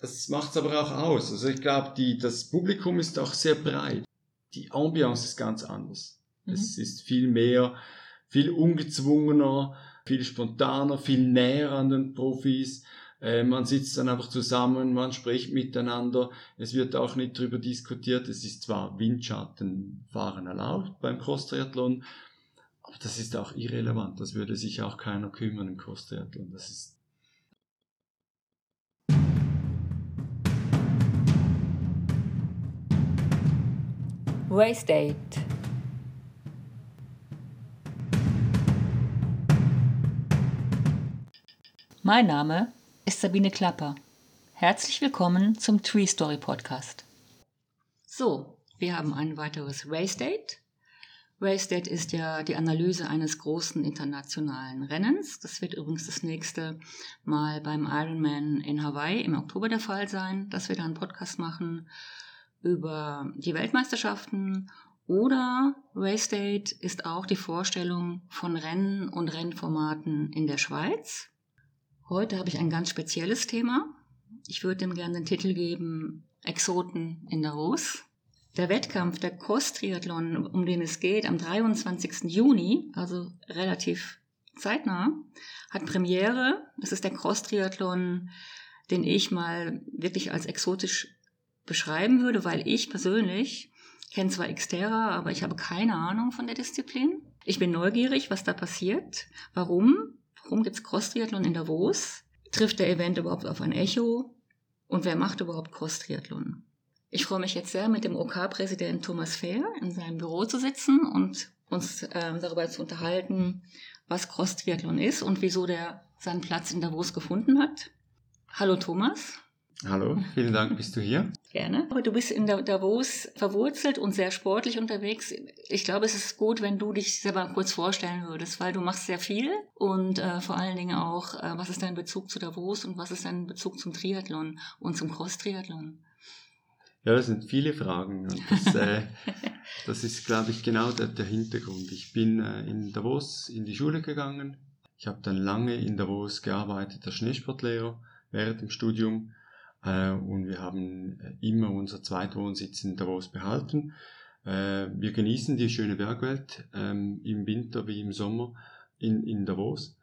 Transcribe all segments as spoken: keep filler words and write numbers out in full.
das macht es aber auch aus. Also ich glaube, die, das Publikum ist auch sehr breit. Die Ambiance ist ganz anders. Mhm. Es ist viel mehr, viel ungezwungener, viel spontaner, viel näher an den Profis. Äh, man sitzt dann einfach zusammen, man spricht miteinander. Es wird auch nicht drüber diskutiert. Es ist zwar Windschattenfahren erlaubt beim Cross-Triathlon, aber das ist auch irrelevant. Das würde sich auch keiner kümmern im Cross-Triathlon. Das ist Race Date. Mein Name ist Sabine Klapper. Herzlich willkommen zum Tree Story Podcast. So, wir haben ein weiteres Race Date. Race Date ist ja die Analyse eines großen internationalen Rennens. Das wird übrigens das nächste Mal beim Ironman in Hawaii im Oktober der Fall sein, dass wir da einen Podcast machen über die Weltmeisterschaften. Oder Race Date ist auch die Vorstellung von Rennen und Rennformaten in der Schweiz. Heute habe ich ein ganz spezielles Thema. Ich würde dem gerne den Titel geben, Exoten in Davos. Der Wettkampf, der Cross-Triathlon, um den es geht, am dreiundzwanzigsten Juni, also relativ zeitnah, hat Premiere. Das ist der Cross-Triathlon, den ich mal wirklich als exotisch beschreiben würde, weil ich persönlich kenne zwar Xterra, aber ich habe keine Ahnung von der Disziplin. Ich bin neugierig, was da passiert. Warum? Warum gibt es Cross-Triathlon in Davos? Trifft der Event überhaupt auf ein Echo? Und wer macht überhaupt Cross-Triathlon? Ich freue mich jetzt sehr, mit dem O K-Präsident Thomas Fehr in seinem Büro zu sitzen und uns äh, darüber zu unterhalten, was Cross-Triathlon ist und wieso der seinen Platz in Davos gefunden hat. Hallo Thomas. Hallo, vielen Dank, bist du hier? Gerne. Du bist in Davos verwurzelt und sehr sportlich unterwegs. Ich glaube, es ist gut, wenn du dich selber kurz vorstellen würdest, weil du machst sehr viel und äh, vor allen Dingen auch, äh, was ist dein Bezug zu Davos und was ist dein Bezug zum Triathlon und zum Cross-Triathlon? Ja, das sind viele Fragen und das, äh, das ist, glaube ich, genau der, der Hintergrund. Ich bin äh, in Davos in die Schule gegangen. Ich habe dann lange in Davos gearbeitet als Schneesportlehrer während dem Studium. Und wir haben immer unser Zweitwohnsitz in Davos behalten. Wir genießen die schöne Bergwelt im Winter wie im Sommer in, in Davos.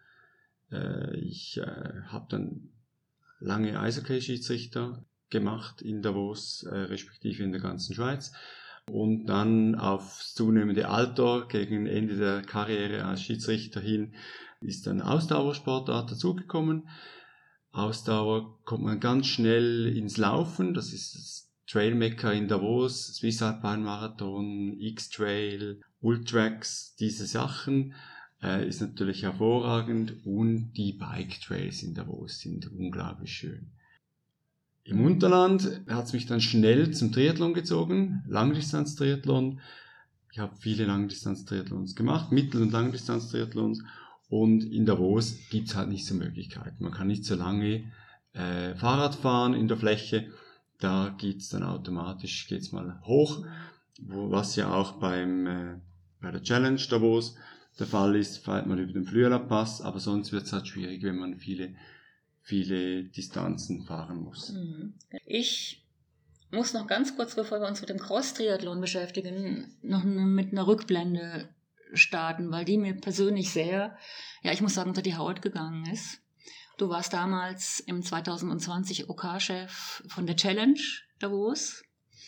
Ich habe dann lange Eishockey-Schiedsrichter gemacht in Davos, respektive in der ganzen Schweiz. Und dann aufs zunehmende Alter, gegen Ende der Karriere als Schiedsrichter hin, ist dann Ausdauersportart dazugekommen. Ausdauer kommt man ganz schnell ins Laufen, das ist das Trail-Mekka in Davos, Swiss Alpine Marathon, X-Trail, Ultrax, diese Sachen, äh, ist natürlich hervorragend und die Bike-Trails in Davos sind unglaublich schön. Im Unterland hat es mich dann schnell zum Triathlon gezogen, Langdistanz-Triathlon. Ich habe viele Langdistanz-Triathlons gemacht, Mittel- und Langdistanz-Triathlons. Und in Davos gibt's halt nicht so Möglichkeiten. Man kann nicht so lange äh, Fahrrad fahren in der Fläche. Da geht's dann automatisch, geht's mal hoch, wo, was ja auch beim äh, bei der Challenge Davos der Fall ist, fährt man über den Flüela-Pass, aber sonst wird's halt schwierig, wenn man viele, viele Distanzen fahren muss. Ich muss noch ganz kurz, bevor wir uns mit dem Cross-Triathlon beschäftigen, noch mit einer Rückblende starten, weil die mir persönlich sehr, ja, ich muss sagen, unter die Haut gegangen ist. Du warst damals im zwanzig zwanzig O K-Chef von der Challenge Davos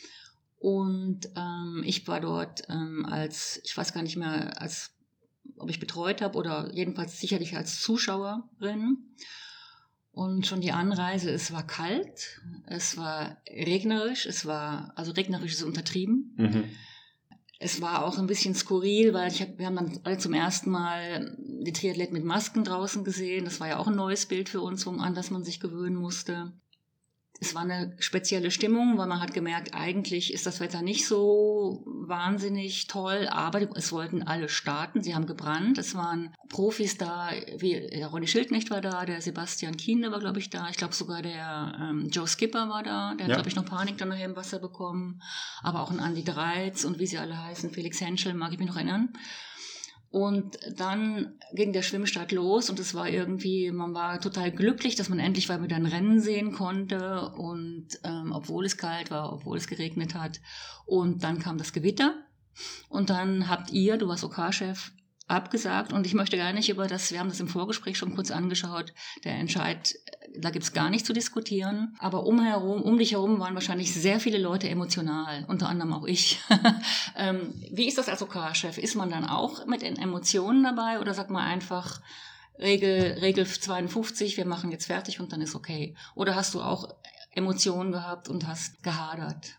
und ähm, ich war dort ähm, als, ich weiß gar nicht mehr, als ob ich betreut habe oder jedenfalls sicherlich als Zuschauerin. Und schon die Anreise, es war kalt, es war regnerisch, es war, also regnerisch ist untertrieben. Mhm. Es war auch ein bisschen skurril, weil ich hab, wir haben dann alle zum ersten Mal die Triathleten mit Masken draußen gesehen. Das war ja auch ein neues Bild für uns, an das man sich gewöhnen musste. Es war eine spezielle Stimmung, weil man hat gemerkt, eigentlich ist das Wetter nicht so wahnsinnig toll, aber es wollten alle starten, sie haben gebrannt. Es waren Profis da, wie der Ronny Schildknecht war da, der Sebastian Kienle war, glaube ich, da. Ich glaube sogar der ähm, Joe Skipper war da, der ja. hat, glaube ich, noch Panik dann nachher im Wasser bekommen. Aber auch ein Andi Dreiz und wie sie alle heißen, Felix Henschel, mag ich mich noch erinnern. Und dann ging der Schwimmstart los und es war irgendwie, man war total glücklich, dass man endlich mal wieder ein Rennen sehen konnte und ähm, obwohl es kalt war, obwohl es geregnet hat. Und dann kam das Gewitter und dann habt ihr, du warst O K-Chef, abgesagt und ich möchte gar nicht über das, wir haben das im Vorgespräch schon kurz angeschaut, der Entscheid, da gibt's gar nicht zu diskutieren, aber umherum, um dich herum waren wahrscheinlich sehr viele Leute emotional, unter anderem auch ich. ähm, wie ist das als O K-Chef? Ist man dann auch mit den Emotionen dabei oder sagt man einfach Regel, Regel zweiundfünfzig, wir machen jetzt fertig und dann ist okay? Oder hast du auch Emotionen gehabt und hast gehadert?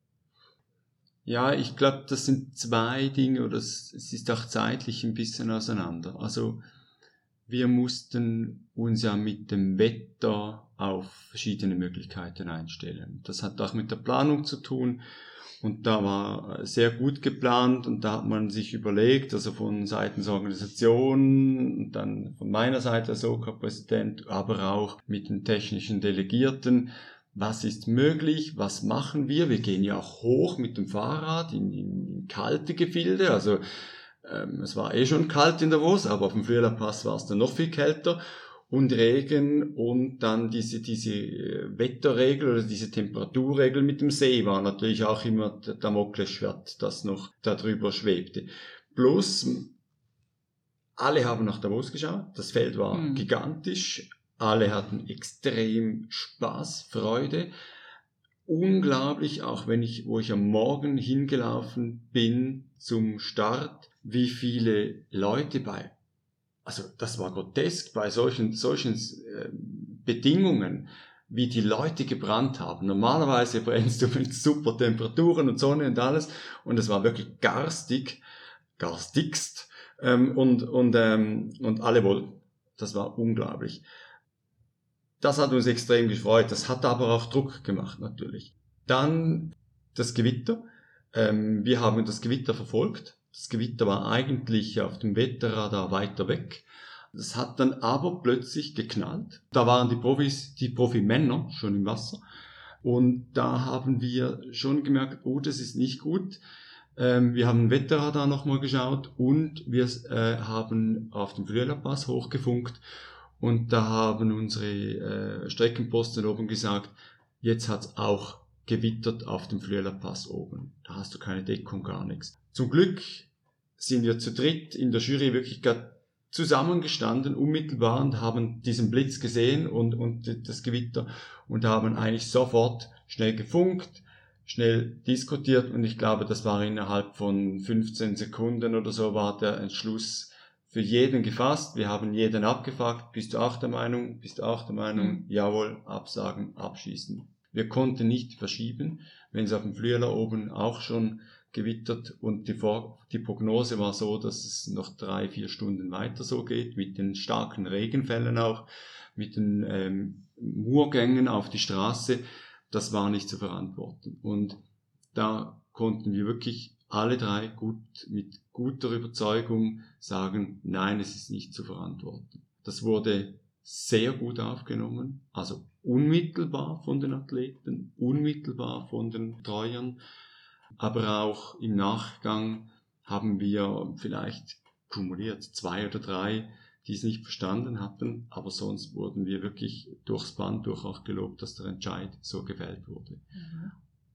Ja, ich glaube, das sind zwei Dinge, oder es, es ist auch zeitlich ein bisschen auseinander. Also wir mussten uns ja mit dem Wetter auf verschiedene Möglichkeiten einstellen. Das hat auch mit der Planung zu tun und da war sehr gut geplant und da hat man sich überlegt, also von Seiten der Organisation und dann von meiner Seite als O K-Präsident, aber auch mit den technischen Delegierten, was ist möglich, was machen wir? Wir gehen ja auch hoch mit dem Fahrrad in, in, in kalte Gefilde, also ähm, es war eh schon kalt in Davos, aber auf dem Flüelerpass war es dann noch viel kälter und Regen und dann diese, diese Wetterregel oder diese Temperaturregel mit dem See war natürlich auch immer der Damoklesschwert, das noch darüber schwebte. Plus, alle haben nach Davos geschaut, das Feld war mhm. gigantisch, alle hatten extrem Spaß, Freude. Unglaublich, auch wenn ich, wo ich am Morgen hingelaufen bin zum Start, wie viele Leute bei, also das war grotesk, bei solchen, solchen äh, Bedingungen, wie die Leute gebrannt haben. Normalerweise brennst du mit super Temperaturen und Sonne und alles und es war wirklich garstig, garstigst ähm, und, und, ähm, und alle wollten. Das war unglaublich. Das hat uns extrem gefreut. Das hat aber auch Druck gemacht, natürlich. Dann das Gewitter. Ähm, wir haben das Gewitter verfolgt. Das Gewitter war eigentlich auf dem Wetterradar weiter weg. Das hat dann aber plötzlich geknallt. Da waren die Profis, die Profimänner schon im Wasser. Und da haben wir schon gemerkt, oh, das ist nicht gut. Ähm, wir haben den Wetterradar nochmal geschaut und wir äh, haben auf dem Flüelerpass hochgefunkt. Und da haben unsere äh, Streckenposten oben gesagt, jetzt hat's auch gewittert auf dem Flüelerpass oben. Da hast du keine Deckung, gar nichts. Zum Glück sind wir zu dritt in der Jury wirklich gerade zusammengestanden, unmittelbar, und haben diesen Blitz gesehen und, und das Gewitter und haben eigentlich sofort schnell gefunkt, schnell diskutiert und ich glaube, das war innerhalb von fünfzehn Sekunden oder so war der Entschluss für jeden gefasst. Wir haben jeden abgefragt, bist du auch der Meinung, bist du auch der Meinung, mhm. jawohl, absagen, abschießen. Wir konnten nicht verschieben, wenn es auf dem Flüeler oben auch schon gewittert und die, Vor- die Prognose war so, dass es noch drei, vier Stunden weiter so geht, mit den starken Regenfällen auch, mit den ähm, Murgängen auf die Straße. Das war nicht zu verantworten. Und da konnten wir wirklich alle drei gut, mit guter Überzeugung sagen, nein, es ist nicht zu verantworten. Das wurde sehr gut aufgenommen, also unmittelbar von den Athleten, unmittelbar von den Treuern, aber auch im Nachgang haben wir vielleicht kumuliert zwei oder drei, die es nicht verstanden hatten, aber sonst wurden wir wirklich durchs Band durch auch gelobt, dass der Entscheid so gefällt wurde. Mhm.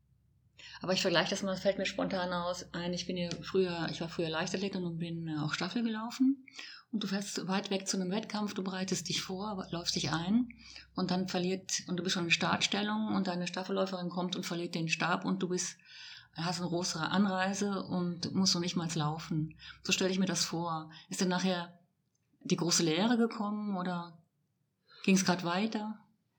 Aber ich vergleiche das mal, das fällt mir spontan aus ein. Ich bin ja früher, ich war früher Leichtathletin und bin auch Staffel gelaufen. Und du fährst weit weg zu einem Wettkampf, du bereitest dich vor, läufst dich ein und dann verliert, und du bist schon in Startstellung und deine Staffelläuferin kommt und verliert den Stab und du bist, hast eine größere Anreise und musst noch nicht mal laufen. So stelle ich mir das vor. Ist denn nachher die große Lehre gekommen oder ging es gerade weiter?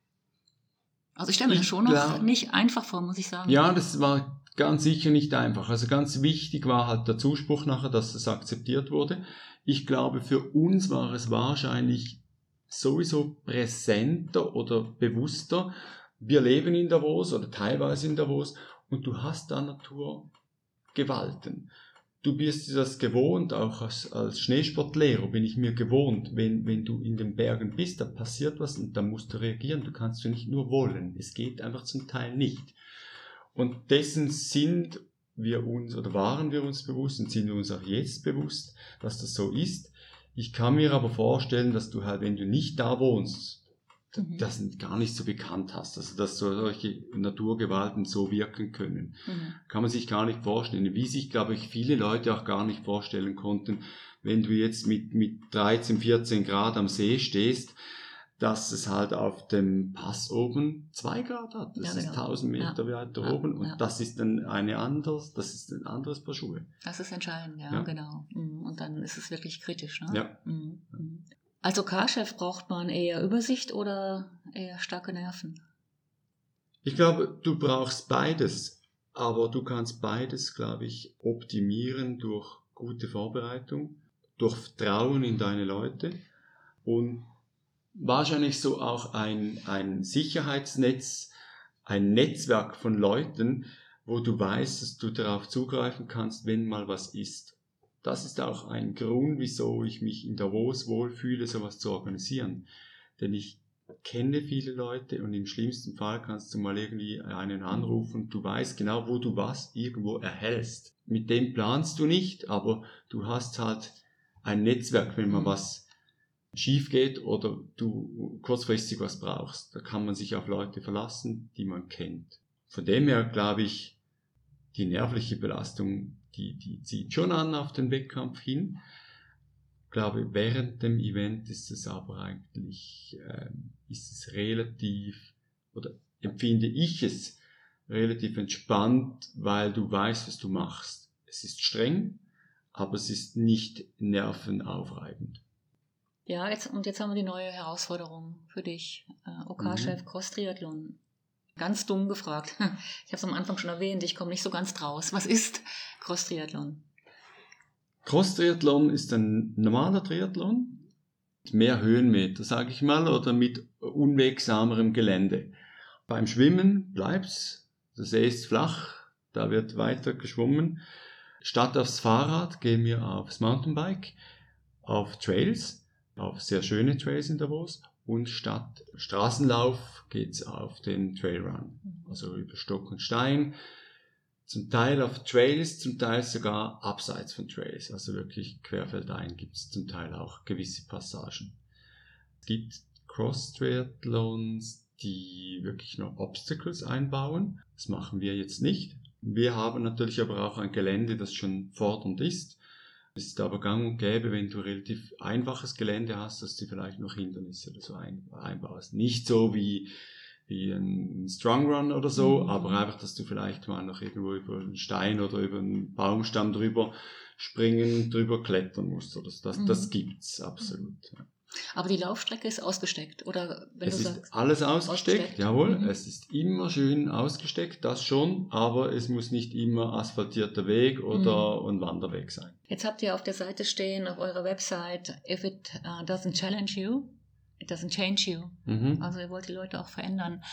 Also ich stelle mir ich das schon glaub, noch nicht einfach vor, muss ich sagen. Ja, das war ganz sicher nicht einfach. Also ganz wichtig war halt der Zuspruch nachher, dass es akzeptiert wurde. Ich glaube, für uns war es wahrscheinlich sowieso präsenter oder bewusster. Wir leben in Davos oder teilweise in Davos und du hast da Naturgewalten. Du bist das gewohnt, auch als, als Schneesportlehrer bin ich mir gewohnt, wenn, wenn du in den Bergen bist, da passiert was und da musst du reagieren, du kannst du nicht nur wollen, es geht einfach zum Teil nicht. Und dessen sind wir uns oder waren wir uns bewusst und sind wir uns auch jetzt bewusst, dass das so ist. Ich kann mir aber vorstellen, dass du halt, wenn du nicht da wohnst, mhm. das gar nicht so bekannt hast, also dass so solche Naturgewalten so wirken können. Mhm. Kann man sich gar nicht vorstellen, wie sich, glaube ich, viele Leute auch gar nicht vorstellen konnten, wenn du jetzt mit, mit dreizehn, vierzehn Grad am See stehst, dass es halt auf dem Pass oben zwei Grad hat. Das ja, genau. ist tausend Meter ja. weiter ja. oben und ja. das ist dann eine anderes, das ist ein anderes Paar Schuhe. Das ist entscheidend, ja, ja. genau. Und dann ist es wirklich kritisch, ne? Ja. Mhm. Als O K-Chef braucht man eher Übersicht oder eher starke Nerven? Ich glaube, du brauchst beides, aber du kannst beides, glaube ich, optimieren durch gute Vorbereitung, durch Vertrauen in deine Leute und wahrscheinlich so auch ein, ein Sicherheitsnetz, ein Netzwerk von Leuten, wo du weißt, dass du darauf zugreifen kannst, wenn mal was ist. Das ist auch ein Grund, wieso ich mich in Davos wohlfühle, sowas zu organisieren. Denn ich kenne viele Leute und im schlimmsten Fall kannst du mal irgendwie einen anrufen. Du weißt genau, wo du was irgendwo erhältst. Mit dem planst du nicht, aber du hast halt ein Netzwerk, wenn mal was schief geht oder du kurzfristig was brauchst. Da kann man sich auf Leute verlassen, die man kennt. Von dem her glaube ich, die nervliche Belastung, die, die zieht schon an auf den Wettkampf hin. Ich glaube, während dem Event ist es aber eigentlich, ähm, ist es relativ, oder empfinde ich es relativ entspannt, weil du weißt, was du machst. Es ist streng, aber es ist nicht nervenaufreibend. Ja, jetzt, und jetzt haben wir die neue Herausforderung für dich. Äh, O K-Chef, mhm. Cross-Triathlon. Ganz dumm gefragt. Ich habe es am Anfang schon erwähnt, ich komme nicht so ganz draus. Was ist Cross-Triathlon? Cross-Triathlon ist ein normaler Triathlon mit mehr Höhenmeter, sage ich mal, oder mit unwegsamerem Gelände. Beim Schwimmen bleibt's, der See ist flach, da wird weiter geschwommen. Statt aufs Fahrrad gehen wir aufs Mountainbike, auf Trails, auf sehr schöne Trails in Davos und statt Straßenlauf geht's auf den Trailrun, also über Stock und Stein, zum Teil auf Trails, zum Teil sogar abseits von Trails, also wirklich querfeldein gibt's zum Teil auch gewisse Passagen. Es gibt Cross-Triathlons, die wirklich noch Obstacles einbauen, das machen wir jetzt nicht. Wir haben natürlich aber auch ein Gelände, das schon fordernd ist. Es ist aber gang und gäbe, wenn du relativ einfaches Gelände hast, dass du vielleicht noch Hindernisse oder so ein, einbaust. Nicht so wie, wie ein Strong Run oder so, mhm. aber einfach, dass du vielleicht mal noch irgendwo über einen Stein oder über einen Baumstamm drüber springen, drüber klettern musst. Oder so. Das, mhm. das gibt's absolut. Ja. Aber die Laufstrecke ist ausgesteckt, oder wenn es du ist sagst, alles ausgesteckt, ausgesteckt. Jawohl, mhm. es ist immer schön ausgesteckt, das schon, aber es muss nicht immer asphaltierter Weg oder mhm. ein Wanderweg sein. Jetzt habt ihr auf der Seite stehen, auf eurer Website, if it uh, doesn't challenge you, it doesn't change you. Mhm. Also ihr wollt die Leute auch verändern.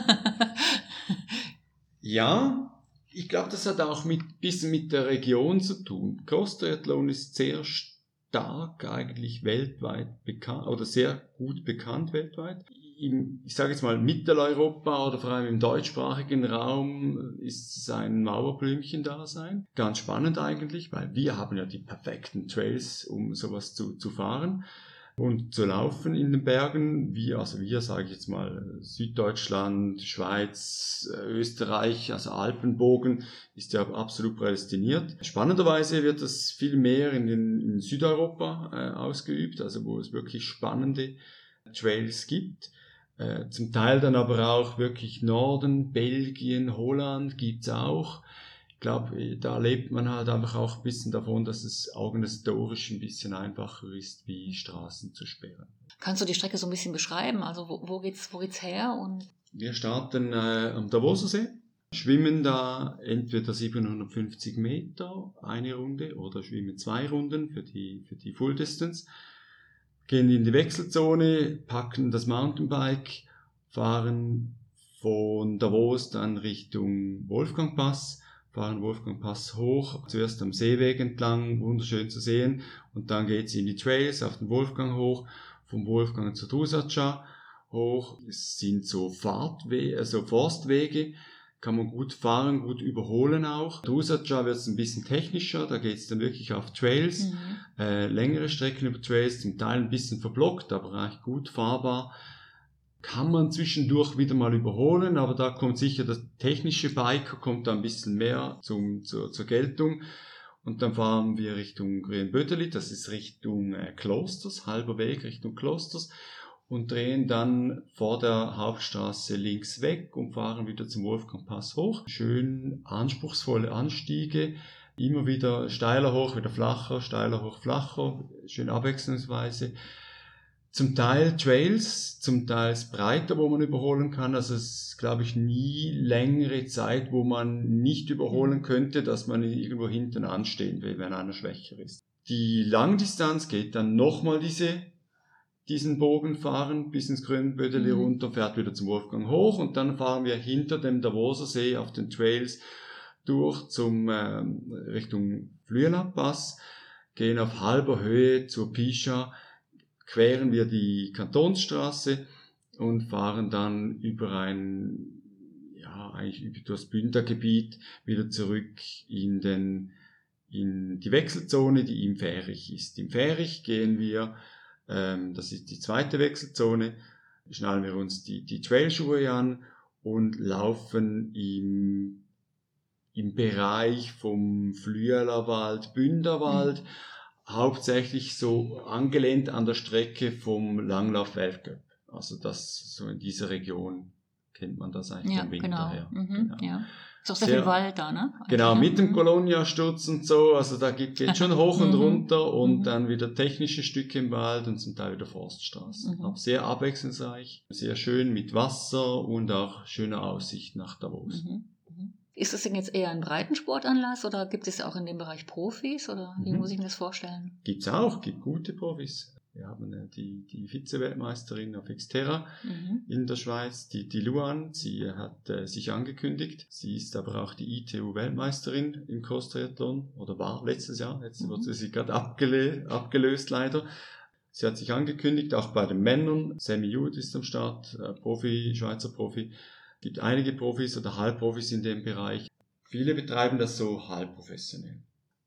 Ja, ich glaube, das hat auch ein bisschen mit der Region zu tun. Cross-Triathlon ist sehr stark. stark eigentlich weltweit bekannt oder sehr gut bekannt weltweit. Im, ich sage jetzt mal Mitteleuropa oder vor allem im deutschsprachigen Raum ist es ein Mauerblümchen-Dasein. Ganz spannend eigentlich, weil wir haben ja die perfekten Trails, um sowas zu, zu fahren und zu laufen in den Bergen. Wir, also wir, sage ich jetzt mal, Süddeutschland, Schweiz, Österreich, also Alpenbogen ist ja absolut prädestiniert. Spannenderweise wird das viel mehr in, den, in Südeuropa äh, ausgeübt, also wo es wirklich spannende Trails gibt. Äh, zum Teil dann aber auch wirklich Norden, Belgien, Holland gibt's auch. Ich glaube, da lebt man halt einfach auch ein bisschen davon, dass es organisatorisch ein bisschen einfacher ist, wie Straßen zu sperren. Kannst du die Strecke so ein bisschen beschreiben? Also wo, wo geht's, wo geht's her? Und wir starten äh, am Davoser See, schwimmen da entweder siebenhundertfünfzig Meter eine Runde oder schwimmen zwei Runden für die, für die Full Distance, gehen in die Wechselzone, packen das Mountainbike, fahren von Davos dann Richtung Wolfgangpass, fahren Wolfgangpass hoch, zuerst am Seeweg entlang, wunderschön zu sehen, und dann geht's in die Trails auf den Wolfgang hoch, vom Wolfgang zur Drusaca hoch. Es sind so Fahrtwege, also Forstwege, kann man gut fahren, gut überholen auch. Drusaja wird es ein bisschen technischer, da geht es dann wirklich auf Trails, mhm. äh, längere Strecken über Trails, zum Teil ein bisschen verblockt, aber eigentlich gut fahrbar. Kann man zwischendurch wieder mal überholen, aber da kommt sicher das technische Biker kommt da ein bisschen mehr zum, zur, zur Geltung. Und dann fahren wir Richtung Grünbödeli, das ist Richtung äh, Klosters, halber Weg Richtung Klosters, und drehen dann vor der Hauptstraße links weg und fahren wieder zum Wolfgangpass hoch. Schön anspruchsvolle Anstiege, immer wieder steiler hoch, wieder flacher, steiler hoch, flacher, schön abwechslungsweise. Zum Teil Trails, zum Teil breiter, wo man überholen kann. Also es ist, glaube ich, nie längere Zeit, wo man nicht überholen könnte, dass man irgendwo hinten anstehen will, wenn einer schwächer ist. Die Langdistanz geht dann nochmal diese, diesen Bogen fahren bis ins Grünbödeli mhm. runter, fährt wieder zum Wolfgang hoch und dann fahren wir hinter dem Davoser See auf den Trails durch zum ähm, Richtung Flüelapass, gehen auf halber Höhe zur Pischa, queren wir die Kantonsstraße und fahren dann über ein, ja, eigentlich über das Bündnergebiet wieder zurück in den, in die Wechselzone, die im Fährich ist. Im Fährich gehen wir, ähm, das ist die zweite Wechselzone, schnallen wir uns die, die Trailschuhe an und laufen im, im Bereich vom Flüelerwald, Bünderwald, mhm. hauptsächlich so angelehnt an der Strecke vom Langlauf-Weltcup. Also das, so in dieser Region kennt man das eigentlich ja, im Winter genau. her. Mhm, genau. Ja. Ist auch sehr, sehr viel Wald da, ne? Eigentlich, genau, ne? mit dem mhm. Kolonia-Sturz und so, also da geht, geht schon hoch und runter und mhm. dann wieder technische Stücke im Wald und zum Teil wieder Forststraßen. Mhm. Aber sehr abwechslungsreich, sehr schön mit Wasser und auch schöner Aussicht nach Davos. Mhm. Ist das denn jetzt eher ein Breitensportanlass oder gibt es auch in dem Bereich Profis oder wie mhm. muss ich mir das vorstellen? Gibt's auch, gibt gute Profis. Wir haben äh, die, die Vize-Weltmeisterin auf Xterra mhm. in der Schweiz, die, die Luan, sie hat äh, sich angekündigt. Sie ist aber auch die I T U-Weltmeisterin im Cross-Triathlon oder war letztes Jahr, jetzt mhm. wurde sie gerade abgelö- abgelöst leider. Sie hat sich angekündigt, auch bei den Männern. Sammy Jude ist am Start, äh, Profi, Schweizer Profi. Es gibt einige Profis oder Halbprofis in dem Bereich. Viele betreiben das so halbprofessionell.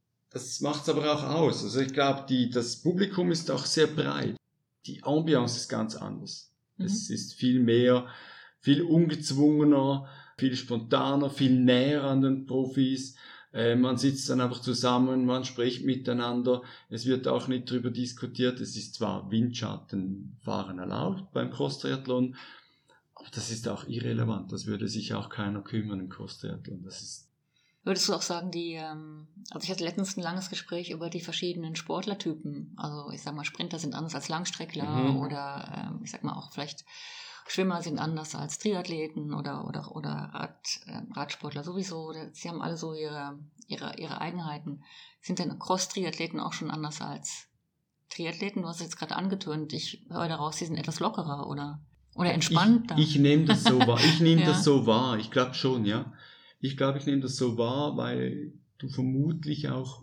Das macht's aber auch aus. Also ich glaube, die, das Publikum ist auch sehr breit. Die Ambiance ist ganz anders. Mhm. Es ist viel mehr, viel ungezwungener, viel spontaner, viel näher an den Profis. Äh, man sitzt dann einfach zusammen, man spricht miteinander. Es wird auch nicht drüber diskutiert. Es ist zwar Windschattenfahren erlaubt beim Cross-Triathlon, aber das ist auch irrelevant. Das würde sich auch keiner kümmern im Cross-Triathlon. Das ist Würdest du auch sagen, die, ähm, also ich hatte letztens ein langes Gespräch über die verschiedenen Sportlertypen. Also ich sag mal, Sprinter sind anders als Langstreckler mhm. oder ähm, ich sag mal auch vielleicht Schwimmer sind anders als Triathleten oder oder oder Rad, äh, Radsportler sowieso. Sie haben alle so ihre ihre ihre Eigenheiten. Sind denn Cross-Triathleten auch schon anders als Triathleten? Du hast es jetzt gerade angetönt. Ich höre daraus, sie sind etwas lockerer oder oder entspannter. Ich, ich nehme das so wahr. Ich nehme ja. das so wahr. Ich glaube schon, ja. Ich glaube, ich nehme das so wahr, weil du vermutlich auch,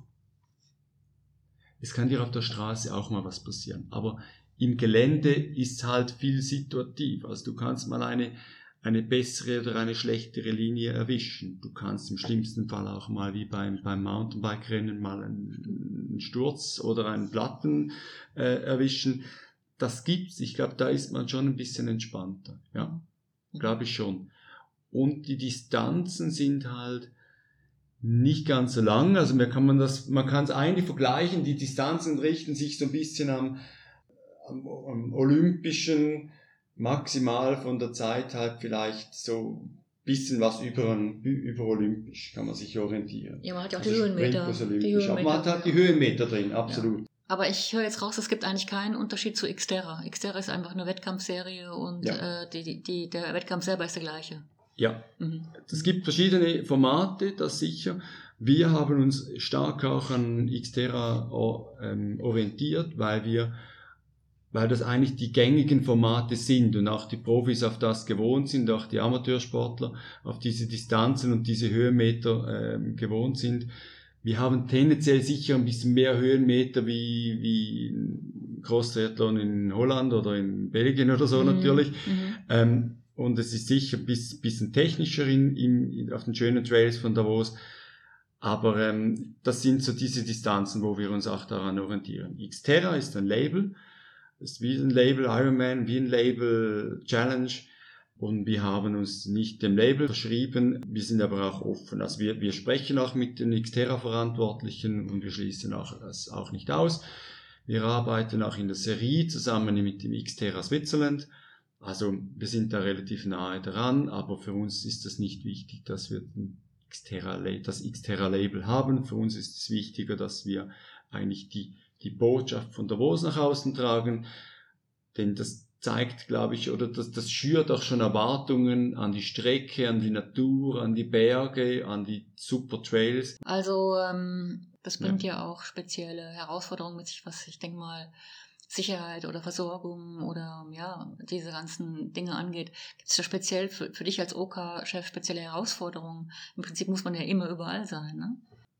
es kann dir auf der Straße auch mal was passieren, aber im Gelände ist halt viel situativ. Also du kannst mal eine, eine bessere oder eine schlechtere Linie erwischen. Du kannst im schlimmsten Fall auch mal wie beim, beim Mountainbike-Rennen mal einen, einen Sturz oder einen Platten äh, erwischen. Das gibt's. Ich glaube, da ist man schon ein bisschen entspannter. Ja, glaube ich schon. Und die Distanzen sind halt nicht ganz so lang. Also man kann man das, man kann es eigentlich vergleichen. Die Distanzen richten sich so ein bisschen am, am, am olympischen, maximal von der Zeit halt vielleicht so ein bisschen was über, über olympisch kann man sich orientieren. Ja, man hat ja auch also die Höhenmeter. Die Höhenmeter. Aber man hat halt die Höhenmeter drin, absolut. Ja. Aber ich höre jetzt raus, es gibt eigentlich keinen Unterschied zu Xterra. Xterra ist einfach eine Wettkampfserie und ja. äh, die, die, die, der Wettkampf selber ist der gleiche. Ja, mhm. Es gibt verschiedene Formate, das sicher. Wir haben uns stark auch an Xterra ähm, orientiert, weil wir, weil das eigentlich die gängigen Formate sind und auch die Profis auf das gewohnt sind, auch die Amateursportler auf diese Distanzen und diese Höhenmeter ähm, gewohnt sind. Wir haben tendenziell sicher ein bisschen mehr Höhenmeter wie, wie Cross-Triathlon in Holland oder in Belgien oder so mhm. natürlich. Mhm. Ähm, Und es ist sicher ein bisschen, bisschen technischer in, in, auf den schönen Trails von Davos. Aber ähm, das sind so diese Distanzen, wo wir uns auch daran orientieren. Xterra ist ein Label. Das ist wie ein Label Ironman, wie ein Label Challenge. Und wir haben uns nicht dem Label verschrieben, wir sind aber auch offen. Also wir, wir sprechen auch mit den Xterra-Verantwortlichen und wir schließen auch, das auch nicht aus. Wir arbeiten auch in der Serie zusammen mit dem Xterra Switzerland. Also wir sind da relativ nahe dran, aber für uns ist das nicht wichtig, dass wir den Xterra, das Xterra-Label haben. Für uns ist es wichtiger, dass wir eigentlich die, die Botschaft von Davos nach außen tragen, denn das zeigt, glaube ich, oder das, das schürt auch schon Erwartungen an die Strecke, an die Natur, an die Berge, an die super Trails. Also ähm, das bringt ja. ja auch spezielle Herausforderungen mit sich, was ich denke mal Sicherheit oder Versorgung oder ja diese ganzen Dinge angeht. Gibt es da speziell für, für dich als O K-Chef spezielle Herausforderungen? Im Prinzip muss man ja immer überall sein, ne?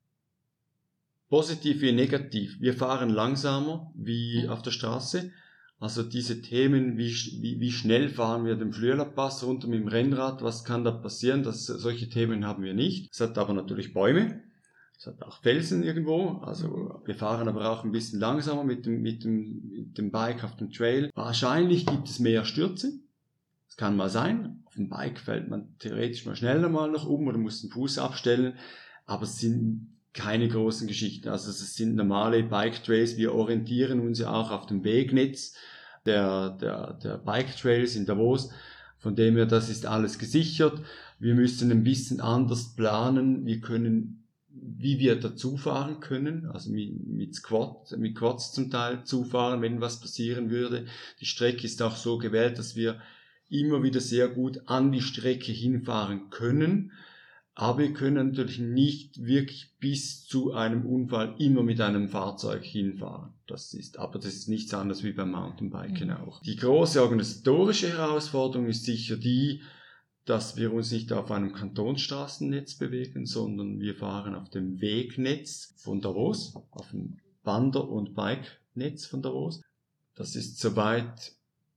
Positiv wie negativ. Wir fahren langsamer wie ja. auf der Straße. Also diese Themen, wie, wie, wie schnell fahren wir den Flüelerpass runter mit dem Rennrad, was kann da passieren, das, solche Themen haben wir nicht. Es hat aber natürlich Bäume, es hat auch Felsen irgendwo, also wir fahren aber auch ein bisschen langsamer mit dem, mit dem, mit dem Bike auf dem Trail. Wahrscheinlich gibt es mehr Stürze, das kann mal sein, auf dem Bike fällt man theoretisch mal schneller mal noch um oder muss den Fuß abstellen, aber es sind keine großen Geschichten, also es sind normale Bike-Trails, wir orientieren uns ja auch auf dem Wegnetz der, der, der Bike-Trails in Davos, von dem her, das ist alles gesichert, wir müssen ein bisschen anders planen, wir können, wie wir dazu fahren können, also mit, mit Quad, mit Quads zum Teil zufahren, wenn was passieren würde, die Strecke ist auch so gewählt, dass wir immer wieder sehr gut an die Strecke hinfahren können, aber wir können natürlich nicht wirklich bis zu einem Unfall immer mit einem Fahrzeug hinfahren. Das ist, aber das ist nichts anderes wie beim Mountainbiken mhm. auch. Die große organisatorische Herausforderung ist sicher die, dass wir uns nicht auf einem Kantonsstraßennetz bewegen, sondern wir fahren auf dem Wegnetz von Davos, auf dem Wander- und Bike-Netz von Davos. Das ist soweit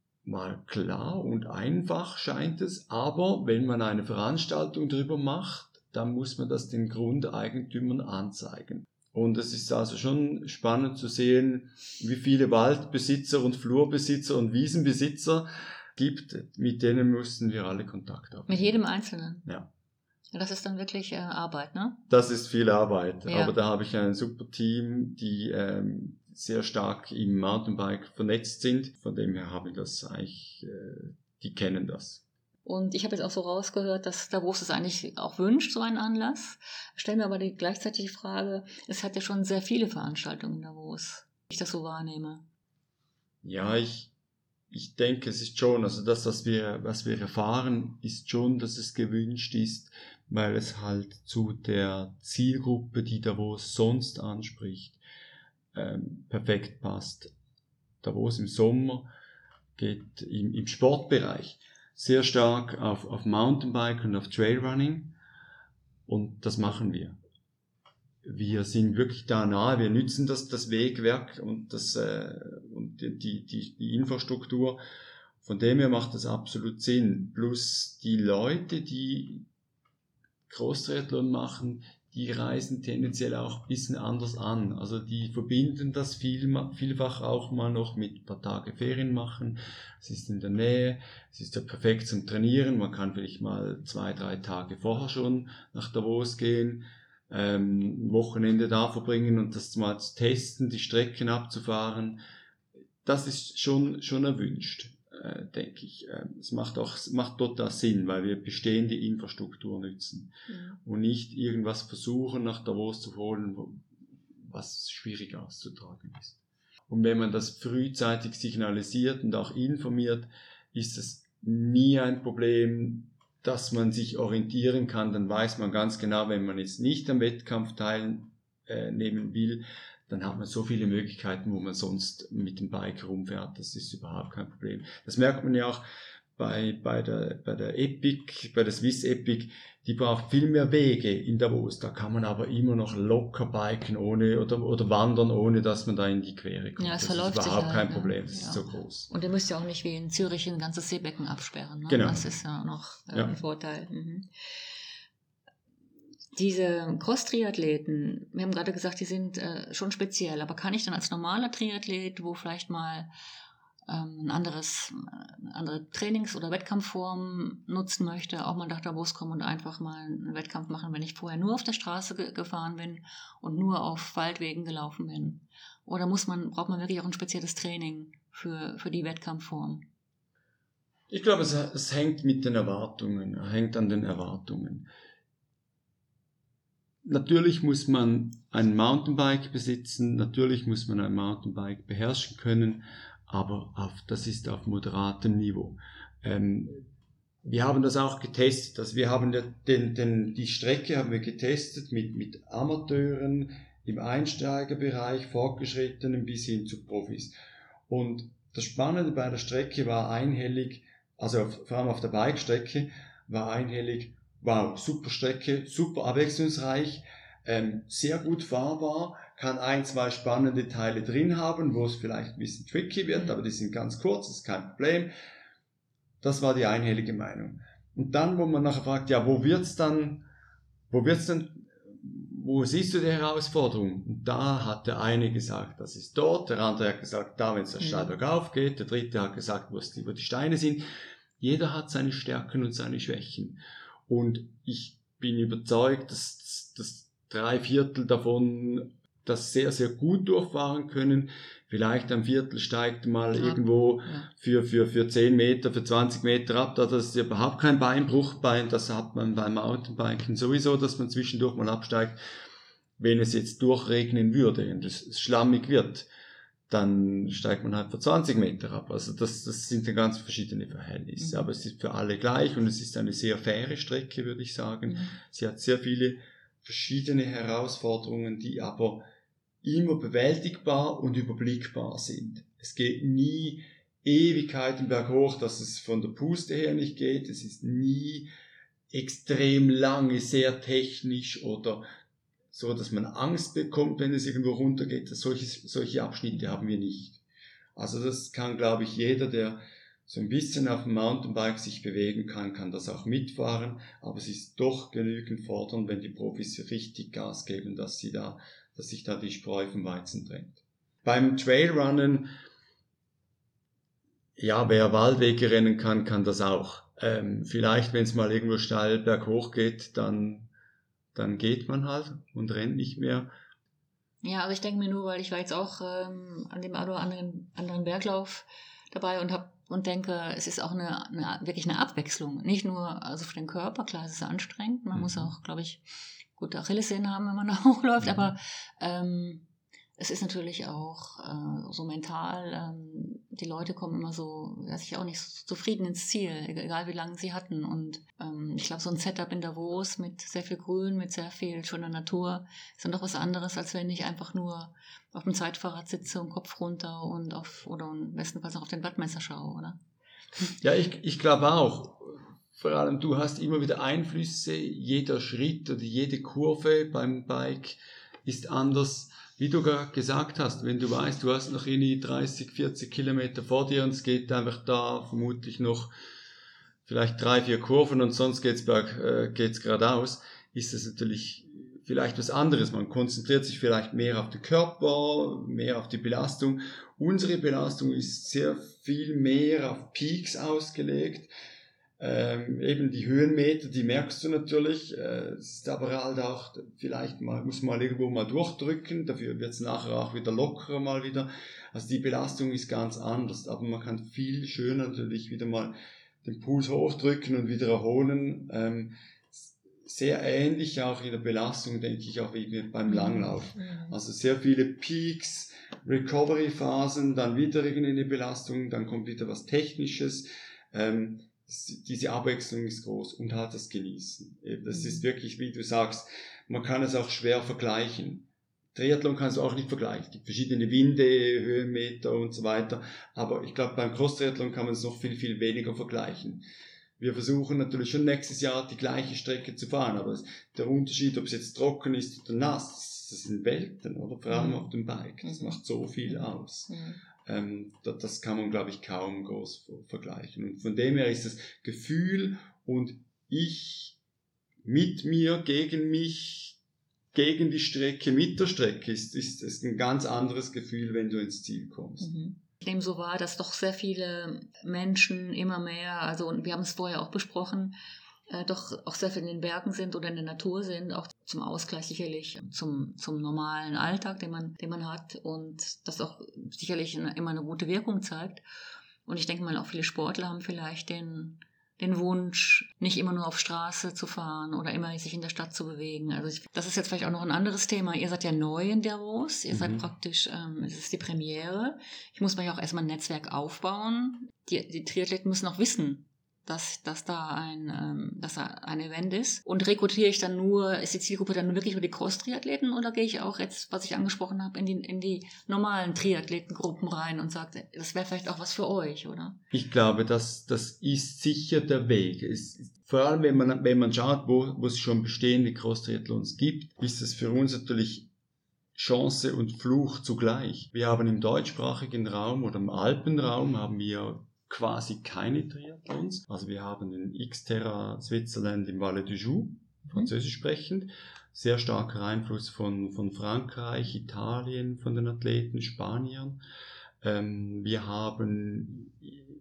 mal klar und einfach, scheint es, aber wenn man eine Veranstaltung drüber macht, dann muss man das den Grundeigentümern anzeigen. Und es ist also schon spannend zu sehen, wie viele Waldbesitzer und Flurbesitzer und Wiesenbesitzer gibt. Mit denen müssen wir alle Kontakt haben. Mit jedem Einzelnen? Ja. Das ist dann wirklich äh, Arbeit, ne? Das ist viel Arbeit, ja. aber da habe ich ein super Team, die ähm, sehr stark im Mountainbike vernetzt sind. Von dem her habe ich das eigentlich, äh, die kennen das. Und ich habe jetzt auch so rausgehört, dass Davos es eigentlich auch wünscht, so einen Anlass. Stell mir aber die, gleichzeitig die Frage, es hat ja schon sehr viele Veranstaltungen in Davos, wie ich das so wahrnehme. Ja, ich, ich denke, es ist schon, also das, was wir, was wir erfahren, ist schon, dass es gewünscht ist, weil es halt zu der Zielgruppe, die Davos sonst anspricht, ähm, perfekt passt. Davos im Sommer geht im, im Sportbereich sehr stark auf, auf Mountainbike und auf Trailrunning und das machen wir. Wir sind wirklich da nahe, wir nützen das, das Wegwerk und, das, äh, und die, die, die Infrastruktur. Von dem her macht das absolut Sinn. Plus die Leute, die Crosstriathlon machen, die reisen tendenziell auch ein bisschen anders an. Also die verbinden das viel, vielfach auch mal noch mit ein paar Tage Ferien machen. Es ist in der Nähe, es ist ja perfekt zum Trainieren. Man kann vielleicht mal zwei, drei Tage vorher schon nach Davos gehen, ähm, ein Wochenende da verbringen und das mal zu testen, die Strecken abzufahren. Das ist schon, schon erwünscht, äh, denke ich. Es macht auch, macht total Sinn, weil wir bestehende Infrastruktur nutzen ja. und nicht irgendwas versuchen, nach Davos zu holen, was schwierig auszutragen ist. Und wenn man das frühzeitig signalisiert und auch informiert, ist es nie ein Problem, dass man sich orientieren kann. Dann weiß man ganz genau, wenn man jetzt nicht am Wettkampf teilnehmen will, dann hat man so viele Möglichkeiten, wo man sonst mit dem Bike rumfährt. Das ist überhaupt kein Problem. Das merkt man ja auch bei, bei der, bei der Epic, bei der Swiss Epic, die braucht viel mehr Wege in Davos. Da kann man aber immer noch locker biken ohne, oder, oder wandern, ohne dass man da in die Quere kommt. Ja, es das verläuft ist überhaupt sich kein halt, Problem, ne? es Ja. ist so groß. Und ihr müsst ja auch nicht wie in Zürich ein ganzes Seebecken absperren. Ne? Genau. Das ist ja noch äh, Ja. ein Vorteil. Mhm. Diese Cross-Triathleten, wir haben gerade gesagt, die sind äh, schon speziell, aber kann ich dann als normaler Triathlet, wo vielleicht mal ähm, ein anderes, eine andere Trainings- oder Wettkampfform nutzen möchte, auch mal nach Davos kommen und einfach mal einen Wettkampf machen, wenn ich vorher nur auf der Straße ge- gefahren bin und nur auf Waldwegen gelaufen bin? Oder muss man, braucht man wirklich auch ein spezielles Training für, für die Wettkampfform? Ich glaube, es, es hängt mit den Erwartungen, hängt an den Erwartungen. Natürlich muss man ein Mountainbike besitzen, natürlich muss man ein Mountainbike beherrschen können, aber auf, das ist auf moderatem Niveau. Ähm, wir haben das auch getestet, also wir haben den, den, die Strecke haben wir getestet mit, mit Amateuren im Einsteigerbereich, Fortgeschrittenen bis hin zu Profis. Und das Spannende bei der Strecke war einhellig, also auf, vor allem auf der Bike-Strecke, war einhellig, wow, super Strecke, super abwechslungsreich, ähm, sehr gut fahrbar, kann ein, zwei spannende Teile drin haben, wo es vielleicht ein bisschen tricky wird, mhm. aber die sind ganz kurz, ist kein Problem. Das war die einhellige Meinung. Und dann, wo man nachher fragt, ja, wo wird's dann, wo wird's dann, wo siehst du die Herausforderung? Und da hat der eine gesagt, das ist dort, der andere hat gesagt, da, wenn es der steil bergauf geht, der dritte hat gesagt, wo die, wo die Steine sind. Jeder hat seine Stärken und seine Schwächen. Und ich bin überzeugt, dass, dass drei Viertel davon das sehr, sehr gut durchfahren können. Vielleicht ein Viertel steigt mal ja. irgendwo ja. für, für, für zehn Meter, für zwanzig Meter ab. Das ist überhaupt kein Beinbruch. Das hat man beim Mountainbiken sowieso, dass man zwischendurch mal absteigt. Wenn es jetzt durchregnen würde und es schlammig wird, dann steigt man halt für zwanzig Meter ab. Also das, das sind ja ganz verschiedene Verhältnisse. Mhm. Aber es ist für alle gleich und es ist eine sehr faire Strecke, würde ich sagen. Mhm. Sie hat sehr viele verschiedene Herausforderungen, die aber immer bewältigbar und überblickbar sind. Es geht nie Ewigkeiten berghoch, dass es von der Puste her nicht geht. Es ist nie extrem lange, sehr technisch oder so, dass man Angst bekommt, wenn es irgendwo runtergeht. Solche, solche Abschnitte haben wir nicht. Also das kann, glaube ich, jeder, der so ein bisschen auf dem Mountainbike sich bewegen kann, kann das auch mitfahren. Aber es ist doch genügend fordernd, wenn die Profis richtig Gas geben, dass sie da, dass sich da die Spreu vom Weizen trennt. Beim Trailrunnen, ja, wer Waldwege rennen kann, kann das auch. Ähm, vielleicht, wenn es mal irgendwo steil berghoch geht, dann dann geht man halt und rennt nicht mehr. Ja, also ich denke mir nur, weil ich war jetzt auch ähm, an dem einen oder anderen, anderen Berglauf dabei und hab, und denke, es ist auch eine, eine wirklich eine Abwechslung. Nicht nur also für den Körper, klar, es ist anstrengend, man mhm. muss auch, glaube ich, gute Achillessehnen haben, wenn man da hochläuft, mhm. aber ähm, es ist natürlich auch äh, so mental, ähm, die Leute kommen immer so, weiß ich auch nicht, so zufrieden ins Ziel, egal wie lange sie hatten. Und ähm, ich glaube, so ein Setup in Davos mit sehr viel Grün, mit sehr viel schöner Natur, ist dann doch was anderes, als wenn ich einfach nur auf dem Zeitfahrrad sitze und Kopf runter und auf, oder im besten Fall auch auf den Wattmesser schaue, oder? Ja, ich, ich glaube auch. Vor allem, du hast immer wieder Einflüsse, jeder Schritt oder jede Kurve beim Bike ist anders. Wie du gerade gesagt hast, wenn du weißt, du hast noch irgendwie dreißig, vierzig Kilometer vor dir und es geht einfach da vermutlich noch vielleicht drei, vier Kurven und sonst geht's berg, äh, geht's geradeaus, ist das natürlich vielleicht was anderes. Man konzentriert sich vielleicht mehr auf den Körper, mehr auf die Belastung. Unsere Belastung ist sehr viel mehr auf Peaks ausgelegt. Ähm, eben die Höhenmeter, die merkst du natürlich, äh, es ist aber halt auch, vielleicht mal, muss man mal irgendwo mal durchdrücken, dafür wird es nachher auch wieder lockerer mal wieder, also die Belastung ist ganz anders, aber man kann viel schöner natürlich wieder mal den Puls hochdrücken und wieder erholen, ähm, sehr ähnlich auch in der Belastung, denke ich, auch wie beim Langlauf, also sehr viele Peaks, Recovery-Phasen, dann wieder irgendeine Belastung, dann kommt wieder was Technisches, ähm, diese Abwechslung ist groß und halt das Genießen. Das ist wirklich, wie du sagst, man kann es auch schwer vergleichen. Triathlon kannst du auch nicht vergleichen. Es gibt verschiedene Winde, Höhenmeter und so weiter. Aber ich glaube, beim Cross-Triathlon kann man es noch viel, viel weniger vergleichen. Wir versuchen natürlich schon nächstes Jahr die gleiche Strecke zu fahren, aber der Unterschied, ob es jetzt trocken ist oder nass, das sind Welten, oder? Vor allem mhm. auf dem Bike. Das mhm. macht so viel aus. Mhm. Ähm, das, das kann man, glaube ich, kaum groß vergleichen. Und von dem her ist das Gefühl und ich mit mir, gegen mich, gegen die Strecke, mit der Strecke, ist, ist, ist ein ganz anderes Gefühl, wenn du ins Ziel kommst. Mhm. Ich nehme so wahr, dass doch sehr viele Menschen immer mehr, also und wir haben es vorher auch besprochen, äh, doch auch sehr viel in den Bergen sind oder in der Natur sind, auch zum Ausgleich sicherlich zum, zum normalen Alltag, den man, den man hat und das auch sicherlich eine, immer eine gute Wirkung zeigt. Und ich denke mal, auch viele Sportler haben vielleicht den, den Wunsch, nicht immer nur auf Straße zu fahren oder immer sich in der Stadt zu bewegen. Also ich, das ist jetzt vielleicht auch noch ein anderes Thema. Ihr seid ja neu in Davos, ihr mhm. seid praktisch, ähm, es ist die Premiere. Ich muss mir ja auch erstmal ein Netzwerk aufbauen. Die, die Triathleten müssen auch wissen, dass, dass da ein, ähm, dass da ein Event ist. Und rekrutiere ich dann nur, ist die Zielgruppe dann wirklich nur die Cross-Triathleten oder gehe ich auch jetzt, was ich angesprochen habe, in die, in die normalen Triathletengruppen rein und sage, das wäre vielleicht auch was für euch, oder? Ich glaube, das, das ist sicher der Weg. Es, vor allem, wenn man, wenn man schaut, wo, wo es schon bestehende Cross-Triathlons gibt, ist es für uns natürlich Chance und Fluch zugleich. Wir haben im deutschsprachigen Raum oder im Alpenraum haben wir quasi keine Triathlons. Also wir haben den Xterra Switzerland im Val du Joux, französisch sprechend. Sehr starker Einfluss von, von Frankreich, Italien, von den Athleten, Spaniern. Ähm, wir haben,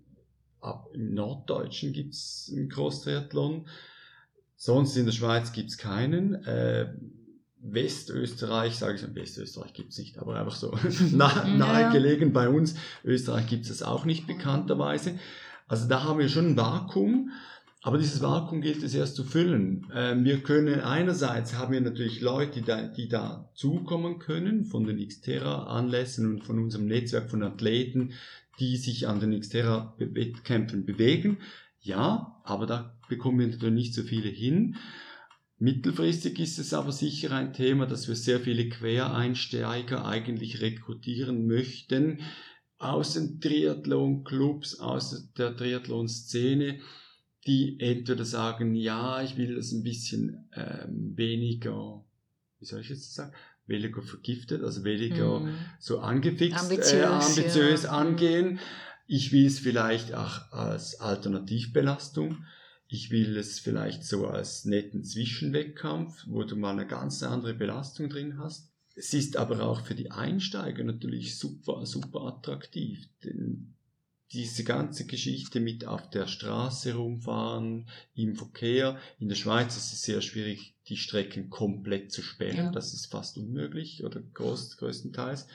ab, im Norddeutschen gibt's einen Cross-Triathlon. Sonst in der Schweiz gibt's keinen. Äh, Westösterreich, sage ich, Westösterreich gibt's nicht, aber einfach so nah, nahe gelegen bei uns. Österreich gibt's es auch nicht bekannterweise. Also da haben wir schon ein Vakuum, aber dieses Vakuum gilt es erst zu füllen. Ähm, wir können einerseits haben wir natürlich Leute, die da, die da zukommen können von den Xterra-Anlässen und von unserem Netzwerk von Athleten, die sich an den Xterra-Wettkämpfen bewegen. Ja, aber da bekommen wir natürlich nicht so viele hin. Mittelfristig ist es aber sicher ein Thema, dass wir sehr viele Quereinsteiger eigentlich rekrutieren möchten aus den Triathlon-Clubs, aus der Triathlon-Szene, die entweder sagen, ja, ich will das ein bisschen ähm, weniger, wie soll ich jetzt sagen, weniger vergiftet, also weniger mm. so angefixt, ambitiös, äh, ambitiös ja. angehen. Ich will es vielleicht auch als Alternativbelastung. Ich will es vielleicht so als netten Zwischenwettkampf, wo du mal eine ganz andere Belastung drin hast. Es ist aber auch für die Einsteiger natürlich super, super attraktiv. Denn diese ganze Geschichte mit auf der Straße rumfahren, im Verkehr. In der Schweiz ist es sehr schwierig, die Strecken komplett zu sperren. Ja. Das ist fast unmöglich oder groß, größtenteils.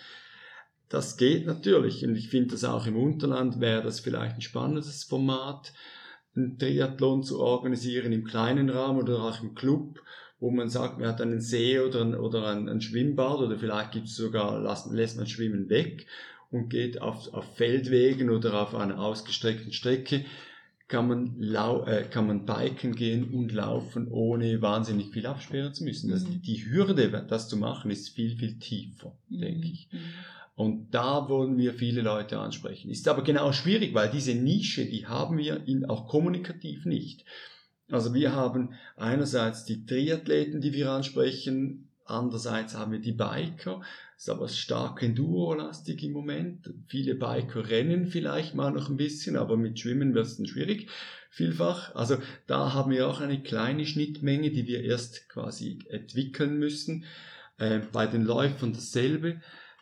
Das geht natürlich. Und ich finde das auch im Unterland wäre das vielleicht ein spannendes Format, einen Triathlon zu organisieren im kleinen Rahmen oder auch im Club, wo man sagt, man hat einen See oder ein, oder ein, ein Schwimmbad oder vielleicht gibt es sogar, lässt, lässt man Schwimmen weg und geht auf, auf Feldwegen oder auf einer ausgestreckten Strecke, kann man, lau, äh, kann man biken gehen und laufen, ohne wahnsinnig viel absperren zu müssen. Mhm. Also die, die Hürde, das zu machen, ist viel, viel tiefer, mhm. denke ich. Mhm. Und da wollen wir viele Leute ansprechen. Ist aber genau schwierig, weil diese Nische, die haben wir in, auch kommunikativ nicht. Also wir haben einerseits die Triathleten, die wir ansprechen, andererseits haben wir die Biker, ist aber stark Enduro-lastig im Moment. Viele Biker rennen vielleicht mal noch ein bisschen, aber mit Schwimmen wird es dann schwierig, vielfach. Also da haben wir auch eine kleine Schnittmenge, die wir erst quasi entwickeln müssen. Äh, bei den Läufern dasselbe.